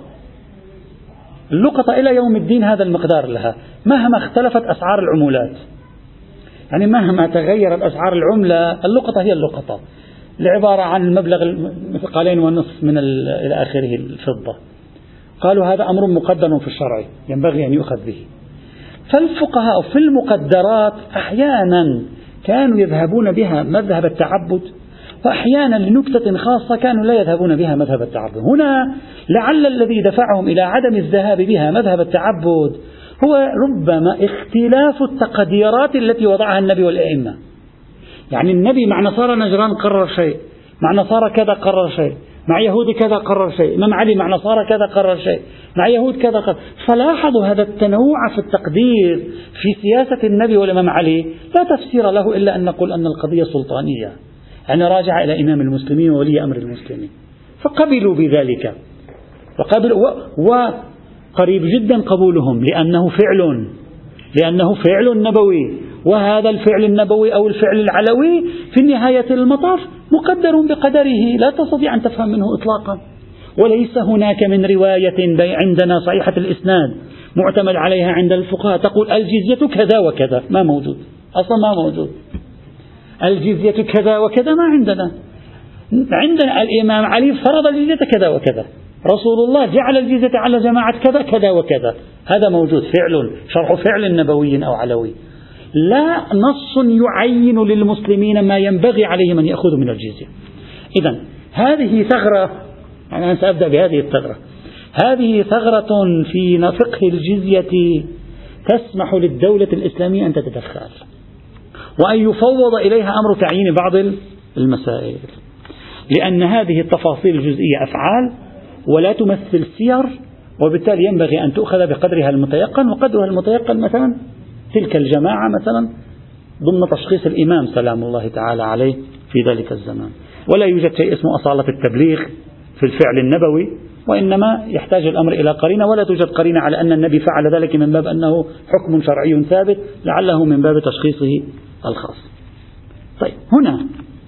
Speaker 1: اللقطة إلى يوم الدين هذا المقدار لها، مهما اختلفت أسعار العمولات، يعني مهما تغير الأسعار العملة، اللقطة هي اللقطة، العبارة عن المبلغ مثقالين ونصف من إلى آخره الفضة. قالوا هذا أمر مقدر في الشرع ينبغي أن يؤخذ به. فالفقهاء في المقدرات أحيانا كانوا يذهبون بها مذهب التعبد، وأحيانا لنكتة خاصة كانوا لا يذهبون بها مذهب التعبد. هنا لعل الذي دفعهم إلى عدم الذهاب بها مذهب التعبد هو ربما اختلاف التقديرات التي وضعها النبي والأئمة. يعني النبي مع نصارى نجران قرر شيء، مع نصارى كذا قرر شيء، مع يهود كذا قرر شيء، إمام علي مع نصارى كذا قرر شيء، مع يهود كذا قرر. فلاحظوا هذا التنوع في التقدير في سياسة النبي والإمام علي لا تفسير له إلا أن نقول أن القضية سلطانية، يعني راجع إلى إمام المسلمين وولي أمر المسلمين. فقبلوا بذلك، وقريب جدا قبولهم لأنه فعل نبوي، وهذا الفعل النبوي أو الفعل العلوي في نهاية المطاف مقدر بقدره، لا تستطيع أن تفهم منه إطلاقا. وليس هناك من رواية عندنا صحيحة الإسناد معتمد عليها عند الفقهاء تقول الجزية كذا وكذا، ما موجود أصلا، ما موجود. الجزية كذا وكذا ما عندنا. عندنا الإمام علي فرض الجزية كذا وكذا، رسول الله جعل الجزية على جماعة كذا كذا وكذا، هذا موجود، فعل شرح فعل نبوي أو علوي، لا نص يعين للمسلمين ما ينبغي عليهم أن يأخذوا من الجزية. إذن هذه ثغرة، أنا سأبدأ بهذه الثغرة. هذه ثغرة في فقه الجزية تسمح للدولة الإسلامية أن تتدخل وأن يفوض إليها أمر تعيين بعض المسائل، لأن هذه التفاصيل الجزئية أفعال ولا تمثل سير، وبالتالي ينبغي أن تؤخذ بقدرها المتيقن، وقدرها المتيقن مثلا تلك الجماعة مثلا ضمن تشخيص الإمام سلام الله تعالى عليه في ذلك الزمان. ولا يوجد شيء اسمه أصالة التبليغ في الفعل النبوي، وإنما يحتاج الأمر إلى قرينة، ولا توجد قرينة على أن النبي فعل ذلك من باب أنه حكم شرعي ثابت، لعله من باب تشخيصه الخاص. طيب هنا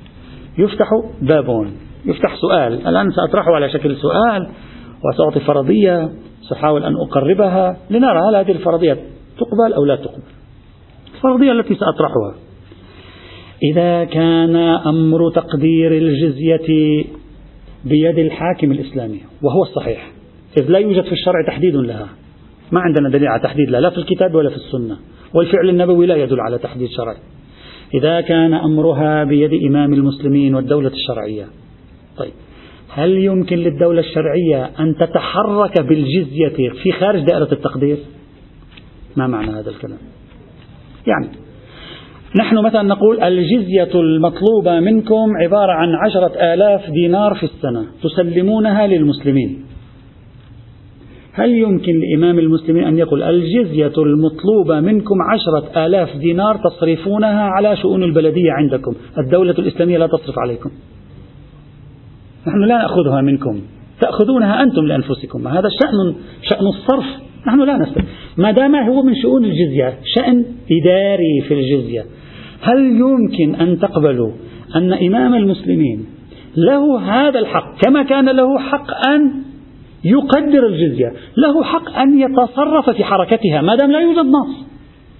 Speaker 1: يفتح سؤال، الآن سأطرحه على شكل سؤال وسأعطي فرضية، سأحاول أن أقربها لنرى هل هذه الفرضية تقبل أو لا تقبل. الفرضية التي سأطرحها: إذا كان أمر تقدير الجزية بيد الحاكم الإسلامي، وهو الصحيح إذ لا يوجد في الشرع تحديد لها، ما عندنا دليل على تحديد لا في الكتاب ولا في السنة، والفعل النبوي لا يدل على تحديد شرعي. إذا كان أمرها بيد إمام المسلمين والدولة الشرعية، طيب هل يمكن للدولة الشرعية أن تتحرك بالجزية في خارج دائرة التقدير؟ ما معنى هذا الكلام؟ يعني نحن مثلا نقول الجزية المطلوبة منكم عبارة عن 10,000 دينار في السنة تسلمونها للمسلمين. هل يمكن لإمام المسلمين أن يقول الجزية المطلوبة منكم 10,000 دينار تصرفونها على شؤون البلدية عندكم، الدولة الإسلامية لا تصرف عليكم، نحن لا نأخذها منكم، تأخذونها أنتم لأنفسكم، هذا شأن الصرف، نحن لا نستطيع، ما دام هو من شؤون الجزية، شأن إداري في الجزية. هل يمكن أن تقبلوا أن إمام المسلمين له هذا الحق، كما كان له حق أن يقدر الجزية، له حق أن يتصرف في حركتها ما دام لا يوجد نص؟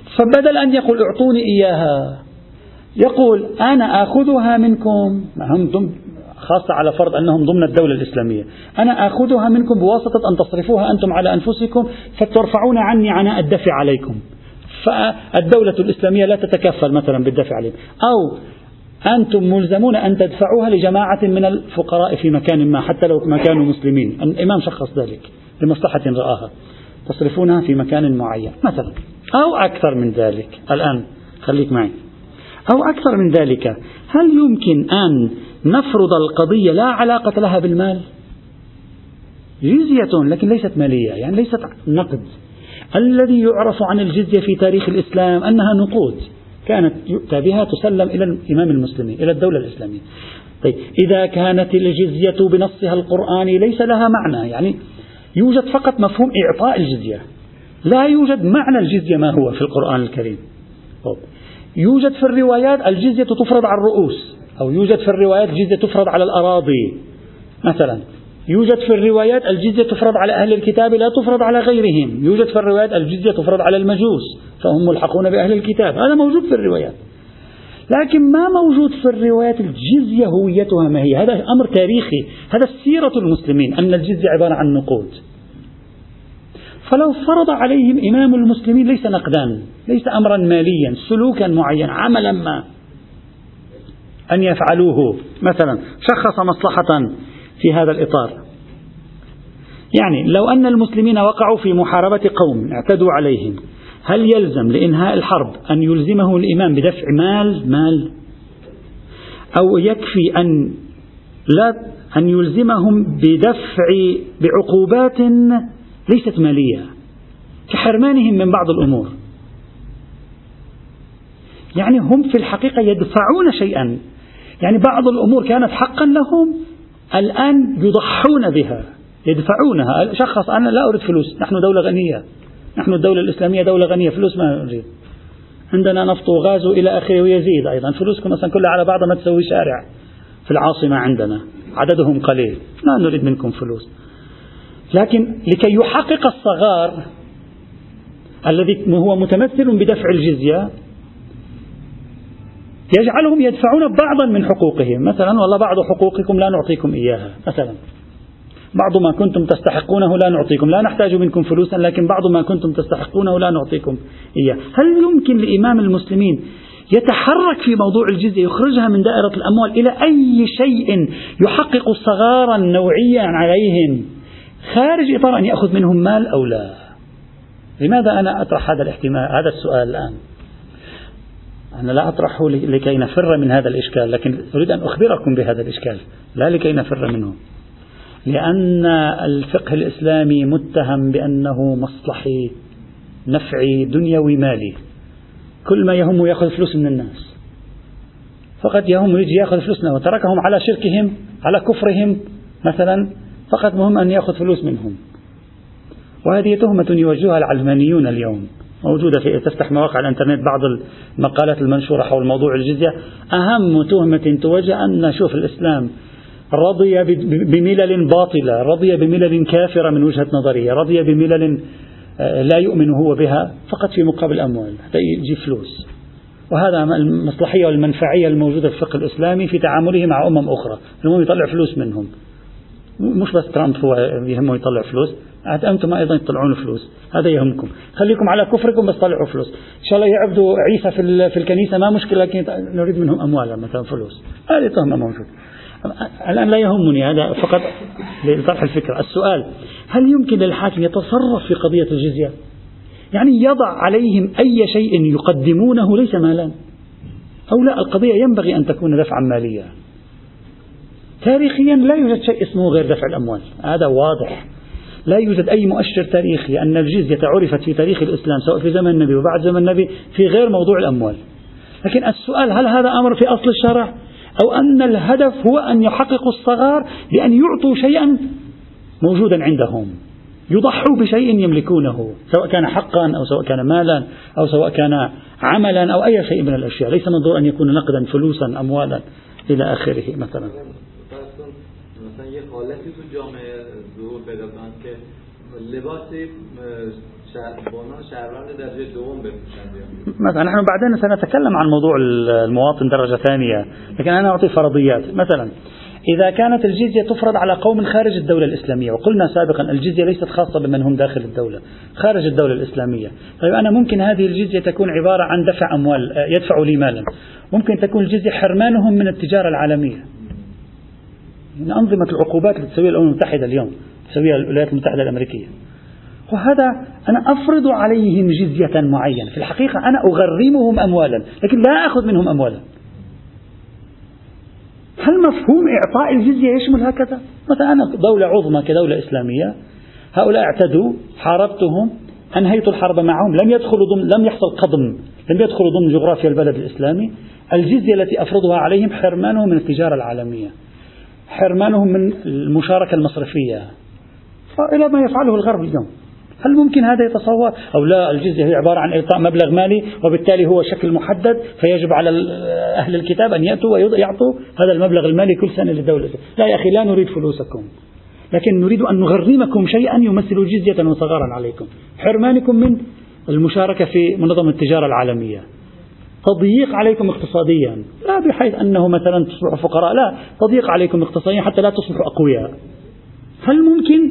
Speaker 1: فبدل أن يقول اعطوني إياها يقول أنا آخذها منكم، هم خاصة على فرض أنهم ضمن الدولة الإسلامية، أنا آخذها منكم بواسطة أن تصرفوها أنتم على أنفسكم فترفعون عني عناء الدفع عليكم، فالدولة الإسلامية لا تتكفل مثلا بالدفع عليكم، أو أنتم ملزمون أن تدفعوها لجماعة من الفقراء في مكان ما حتى لو ما كانوا مسلمين، الإمام شخص ذلك لمصلحة رآها، تصرفونها في مكان معين مثلا، أو أكثر من ذلك. الآن خليك معي، أو أكثر من ذلك، هل يمكن أن نفرض القضية لا علاقة لها بالمال؟ جزية لكن ليست مالية، يعني ليست نقد. الذي يعرف عن الجزية في تاريخ الإسلام أنها نقود كانت يؤتى بها تسلم إلى الإمام المسلمين، إلى الدولة الإسلامية. طيب إذا كانت الجزية بنصها القرآني ليس لها معنى، يعني يوجد فقط مفهوم إعطاء الجزية، لا يوجد معنى الجزية ما هو في القرآن الكريم. يوجد في الروايات الجزية تفرض على الرؤوس، أو يوجد في الروايات الجزية تفرض على الأراضي مثلا، يوجد في الروايات الجزية تفرض على أهل الكتاب لا تفرض على غيرهم، يوجد في الروايات الجزية تفرض على المجوس فهم ملحقون بأهل الكتاب، هذا موجود في الروايات. لكن ما موجود في الروايات الجزية هويتها ما هي، هذا أمر تاريخي، هذا سيرة المسلمين أن الجزية عبارة عن نقود. فلو فرض عليهم إمام المسلمين ليس نقدان، ليس أمرا ماليا، سلوكا معين، عملا ما أن يفعلوه، مثلا شخص مصلحة في هذا الإطار، يعني لو أن المسلمين وقعوا في محاربة قوم اعتدوا عليهم، هل يلزم لإنهاء الحرب أن يلزمه الإمام بدفع مال أو يكفي أن يلزمهم بعقوبات ليست مالية كحرمانهم من بعض الأمور؟ يعني هم في الحقيقة يدفعون شيئا، يعني بعض الأمور كانت حقا لهم الآن يضحون بها، يدفعونها. شخص أنا لا أريد فلوس، نحن دولة غنية، نحن الدولة الإسلامية دولة غنية، فلوس ما نريد، عندنا نفط وغاز وإلى آخره، ويزيد أيضا فلوسكم مثلا كلها على بعضها ما تسوي شارع في العاصمة عندنا، عددهم قليل، لا نريد منكم فلوس. لكن لكي يحقق الصغار الذي هو متمثل بدفع الجزية يجعلهم يدفعون بعضا من حقوقهم، مثلا والله بعض حقوقكم لا نعطيكم إياها، مثلا بعض ما كنتم تستحقونه لا نعطيكم، لا نحتاج منكم فلوسا لكن بعض ما كنتم تستحقونه لا نعطيكم إياه. هل يمكن لإمام المسلمين يتحرك في موضوع الجزية، يخرجها من دائرة الأموال إلى أي شيء يحقق صغارا نوعيا عليهم خارج إطار أن يأخذ منهم مال أو لا؟ لماذا أنا أطرح هذا الاحتمال، هذا السؤال الآن؟ أنا لا أطرحه لكي نفر من هذا الإشكال، لكن أريد أن أخبركم بهذا الإشكال لا لكي نفر منه، لأن الفقه الإسلامي متهم بأنه مصلحي نفعي دنيوي مالي، كل ما يهم يأخذ فلوس من الناس، فقط يهم يجي يأخذ فلوسنا وتركهم على شركهم على كفرهم مثلا، فقط مهم أن يأخذ فلوس منهم. وهذه تهمة يوجهها العلمانيون اليوم، موجودة تفتح مواقع الانترنت بعض المقالات المنشورة حول موضوع الجزية. أهم تهمة توجه أن شوف الإسلام رضي بملل باطلة، رضي بملل كافرة من وجهة نظره، رضي بملل لا يؤمن هو بها فقط في مقابل أموال حتى يجي فلوس. وهذا المصلحية والمنفعية الموجودة في الفقه الإسلامي في تعامله مع أمم أخرى، المهم يطلع فلوس منهم، مش بس ترامب هو يهمه يطلع فلوس، أنتم أيضا يطلعون فلوس، هذا يهمكم، خليكم على كفركم بس طلعوا فلوس، إن شاء الله يعبدوا عيسى في الكنيسة ما مشكلة، لكن نريد منهم أموالا مثلا فلوس، هذه تهمة موجودة. الآن لا يهمني هذا، فقط لطرح الفكرة. السؤال: هل يمكن للحاكم يتصرف في قضية الجزية؟ يعني يضع عليهم أي شيء يقدمونه ليس مالا، أو لا، القضية ينبغي أن تكون دفعا ماليا. تاريخيا لا يوجد شيء اسمه غير دفع الأموال، هذا واضح، لا يوجد أي مؤشر تاريخي أن الجزية عرفت في تاريخ الإسلام سواء في زمن النبي وبعد زمن النبي في غير موضوع الأموال. لكن السؤال: هل هذا أمر في أصل الشرع، أو أن الهدف هو أن يحققوا الصغار بأن يعطوا شيئا موجودا عندهم، يضحوا بشيء يملكونه، سواء كان حقا أو سواء كان مالا أو سواء كان عملا أو أي شيء من الأشياء، ليس منظور أن يكون نقدا فلوسا أموالا إلى آخره. مثلا
Speaker 5: مثلا یه حالتی تو جامعه ظهور پیدا کنه که
Speaker 3: لباس شهروند درجة دوم بپوشند.
Speaker 1: مثلا نحن بعدين سنتكلم عن موضوع المواطن درجة ثانية، لكن أنا أعطي فرضيات. مثلا إذا كانت الجزية تفرض على قوم خارج الدولة الإسلامية، وقلنا سابقا الجزية ليست خاصة بمن هم داخل الدولة، خارج الدولة الإسلامية، طيب أنا ممكن هذه الجزية تكون عبارة عن دفع أموال، يدفعوا لي مالا. ممكن تكون الجزية حرمانهم من التجارة العالمية، من أنظمة العقوبات اللي تسويها الأمم المتحدة اليوم، تسويها الولايات المتحدة الأمريكية. وهذا أنا أفرض عليهم جزية معينة، في الحقيقة أنا أغرمهم أموالا لكن لا أخذ منهم أموالا. هل مفهوم إعطاء الجزية يشمل هكذا؟ مثلا أنا دولة عظمى كدولة إسلامية، هؤلاء اعتدوا، حاربتهم، أنهيت الحرب معهم، لم يحصل قضم، لم يدخلوا ضمن جغرافيا البلد الإسلامي. الجزية التي أفرضها عليهم حرمانهم من التجارة العالمية، حرمانهم من المشاركة المصرفية، إلى ما يفعله الغرب اليوم. هل ممكن هذا يتصور؟ أو لا، الجزية هي عبارة عن إعطاء مبلغ مالي وبالتالي هو شكل محدد، فيجب على أهل الكتاب أن يأتوا ويعطوا هذا المبلغ المالي كل سنة للدولة. لا يا أخي، لا نريد فلوسكم، لكن نريد أن نغرمكم شيئا يمثل جزية وصغارا عليكم، حرمانكم من المشاركة في منظمة التجارة العالمية، تضييق عليكم اقتصاديا، لا بحيث أنه مثلا تصبحوا فقراء، لا، تضييق عليكم اقتصاديا حتى لا تصبحوا أقوياء. هل ممكن؟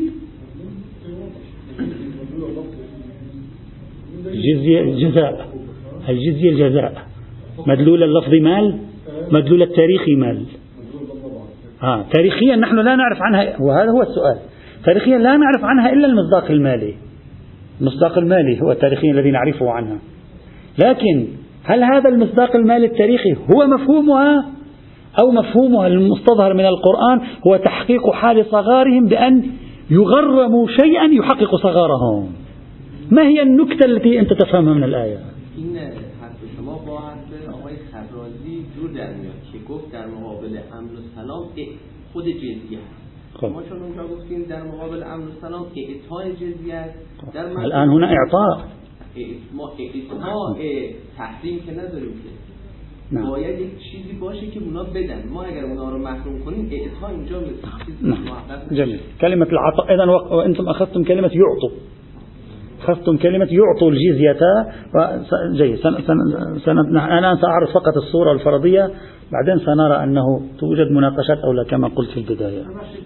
Speaker 1: الجزاء، الجزية الجزاء، مدلول اللفظ مال، مدلول التاريخي مال. تاريخيا نحن لا نعرف عنها، وهذا هو السؤال، تاريخيا لا نعرف عنها إلا المصداق المالي. المصداق المالي هو التاريخي الذي نعرفه عنها، لكن هل هذا المصداق المالي التاريخي هو مفهومها، أو مفهومها المستظهر من القرآن هو تحقيق حال صغارهم بأن يغرموا شيئا يحقق صغارهم؟ ما هي النكتة التي أنت تفهمها من الآية؟
Speaker 5: این حرف شما با حرف آقای خرازی جور در میاد که گفت در مقابل امن و سلام خود جزیه است. ما چون اونجا گفتیم در مقابل امن و سلام اعطای جزیه است.
Speaker 1: الآن هنا إعطاء،
Speaker 5: ما اعطاء تحریم که نداریم که، باید یک چیزی باشه که اونا بدن. ما اگر اونا رو محروم کنیم اعطا اینجا محقق.
Speaker 1: جميل. كلمة العطاء، إذن وأنتم أخذتم كلمة يعطوا، أخذتم كلمة يعطوا الجزية. جيد، أنا سأعرض فقط الصورة الفرضية، بعدين سنرى أنه توجد مناقشات أو لا كما قلت في البداية.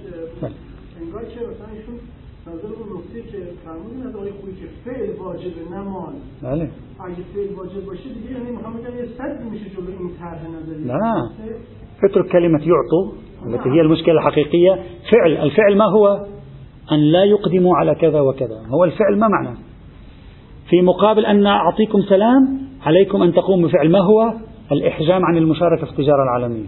Speaker 1: لا، اترك كلمة يعطوا التي هي المشكلة الحقيقية. الفعل ما هو؟ أن لا يقدموا على كذا وكذا، هو الفعل ما معنى؟ في مقابل أن أعطيكم سلام عليكم أن تقوموا بفعل ما هو؟ الإحجام عن المشاركة في التجارة العالمية،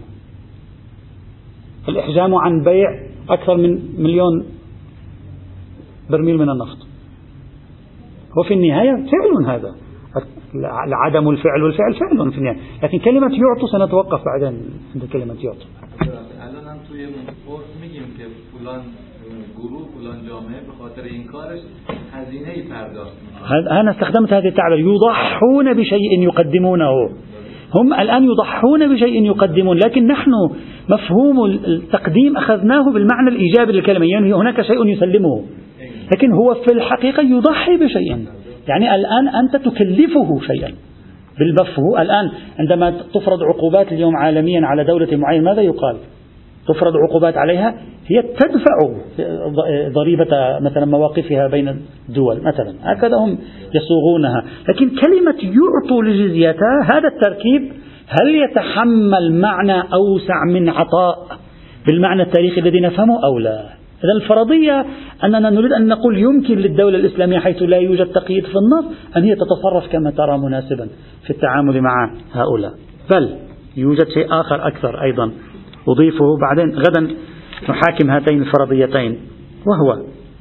Speaker 1: الإحجام عن بيع أكثر من 1,000,000 برميل من النفط. وفي النهاية فعل، هذا عدم الفعل والفعل فعل في النهاية. لكن كلمة يعطوا سنتوقف بعدين عند كلمة يعطوا.
Speaker 3: الان هم توی عرف میگیم که فلان گروه فلان جامعه به خاطر این کارش هزینه‌ای پرداخت می‌کنه.
Speaker 1: أنا استخدمت هذه التعبير، يضحون بشيء يقدمونه. هم الآن يضحون بشيء يقدمون، لكن نحن مفهوم التقديم أخذناه بالمعنى الإيجابي للكلمة، يعني هناك شيء يسلمه، لكن هو في الحقيقة يضحي بشيء. يعني الآن أنت تكلفه شيئا بالبفه. الآن عندما تفرض عقوبات اليوم عالميا على دولة معينة ماذا يقال؟ تفرض عقوبات عليها، هي تدفع ضريبة مثلا مواقفها بين الدول مثلا، هكذا هم يصوغونها. لكن كلمة يعطوا لجزية، هذا التركيب هل يتحمل معنى أوسع من عطاء بالمعنى التاريخي الذي نفهمه أو لا؟ إذا الفرضية أننا نريد أن نقول يمكن للدولة الإسلامية حيث لا يوجد تقييد في النص أن هي تتصرف كما ترى مناسبا في التعامل مع هؤلاء، بل يوجد شيء آخر أكثر أيضا أضيفه بعدين، غدا نحاكم هاتين الفرضيتين، وهو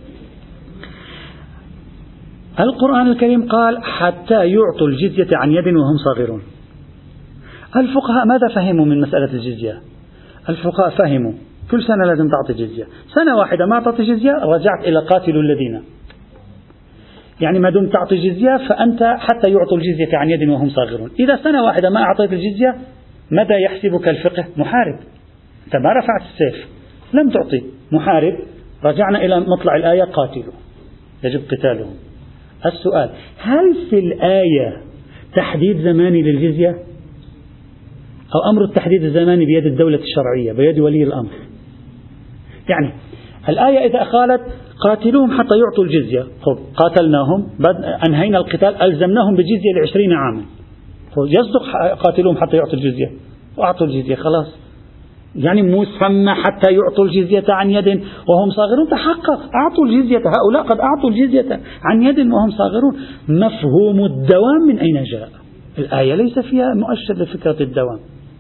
Speaker 1: القرآن الكريم قال حتى يعطوا الجزية عن يد وهم صاغرون. الفقهاء ماذا فهموا من مسألة الجزية؟ الفقهاء فهموا كل سنة لازم تعطي جزية، سنة واحدة ما تعطي جزية رجعت إلى قاتل الذين، يعني ما دمت تعطي جزية فأنت حتى يعطوا الجزية عن يد وهم صاغرون. إذا سنة واحدة ما أعطيت الجزية متى يحسبك الفقه؟ محارب، أنت ما رفعت السيف، لم تعطي، محارب، رجعنا إلى مطلع الآية قاتلوا. يجب قتالهم. السؤال: هل في الآية تحديد زماني للجزية، أو أمر التحديد الزماني بيد الدولة الشرعية بيد ولي الأمر؟ يعني الآية إذا قالت قاتلوهم حتى يعطوا الجزية، قاتلناهم، أنهينا القتال، ألزمناهم بالجزية ل20 عاما، يصدق قاتلوهم حتى يعطوا الجزية، وأعطوا الجزية خلاص، يعني مسمى حتى يعطوا الجزية عن يد وهم صاغرون، تحقق، أعطوا الجزية، هؤلاء قد أعطوا الجزية عن يد وهم صاغرون. مفهوم الدوام من أين جاء؟ الآية ليس فيها مؤشر لفكرة الدوام.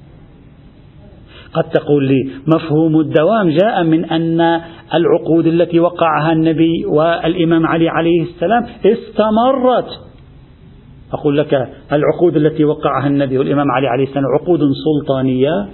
Speaker 1: قد تقول لي مفهوم الدوام جاء من أن العقود التي وقعها النبي والإمام علي عليه السلام استمرت. أقول لك العقود التي وقعها النبي والإمام علي عليه السلام عقود سلطانية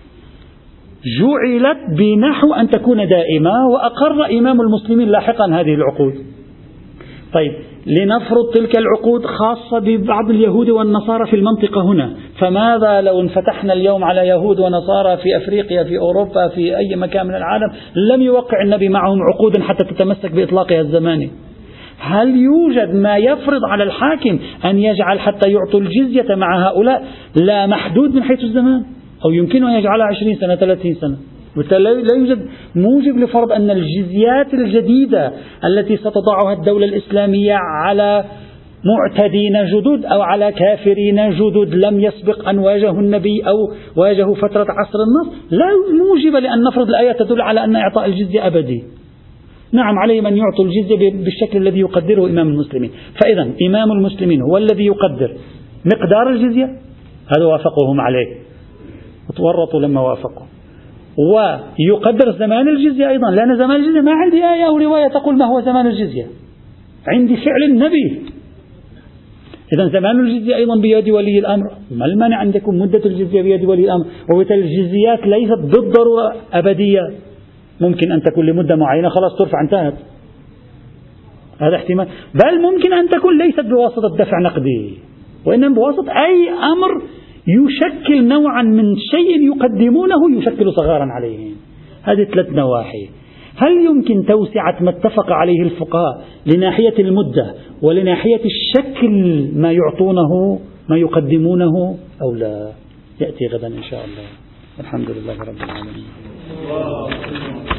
Speaker 1: جعلت بنحو أن تكون دائمة، وأقر إمام المسلمين لاحقا هذه العقود. طيب، لنفرض تلك العقود خاصة ببعض اليهود والنصارى في المنطقة هنا، فماذا لو انفتحنا اليوم على يهود ونصارى في أفريقيا، في أوروبا، في أي مكان من العالم لم يوقع النبي معهم عقودا حتى تتمسك بإطلاقها الزماني؟ هل يوجد ما يفرض على الحاكم أن يجعل حتى يعطوا الجزية مع هؤلاء لا محدود من حيث الزمان، أو يمكن أن يجعلها 20 سنة 30 سنة؟ بالتالي لا يوجد موجب لفرض أن الجزيات الجديدة التي ستضعها الدولة الإسلامية على معتدين جدد أو على كافرين جدد لم يسبق أن واجهوا النبي أو واجهوا فترة عصر النصر، لا موجب لأن نفرض الآية تدل على أن إعطاء الجزية أبدي. نعم، عليهم أن يعطوا الجزية بالشكل الذي يقدره إمام المسلمين. فإذا إمام المسلمين هو الذي يقدر مقدار الجزية، هذا وافقهم عليه وتورطوا لما وافقوا، ويقدر زمان الجزية أيضا، لأن زمان الجزية ما عندي آية أو رواية تقول ما هو زمان الجزية، عندي فعل النبي. إذا زمان الجزية أيضا بيد ولي الأمر. ما المانع أن تكون مدة الجزية بيد ولي الأمر؟ وبالتالي الجزيات ليست بالضرورة أبدية، ممكن أن تكون لمدة معينة خلاص ترفع انتهت، هذا احتمال. بل ممكن أن تكون ليست بواسطة دفع نقدي، وإنما بواسطة أي أمر يشكل نوعا من شيء يقدمونه يشكل صغارا عليهم. هذه 3 نواحي. هل يمكن توسعة ما اتفق عليه الفقهاء لناحية المدة ولناحية الشكل ما يعطونه ما يقدمونه أو لا؟ يأتي غدا إن شاء الله. الحمد لله رب العالمين.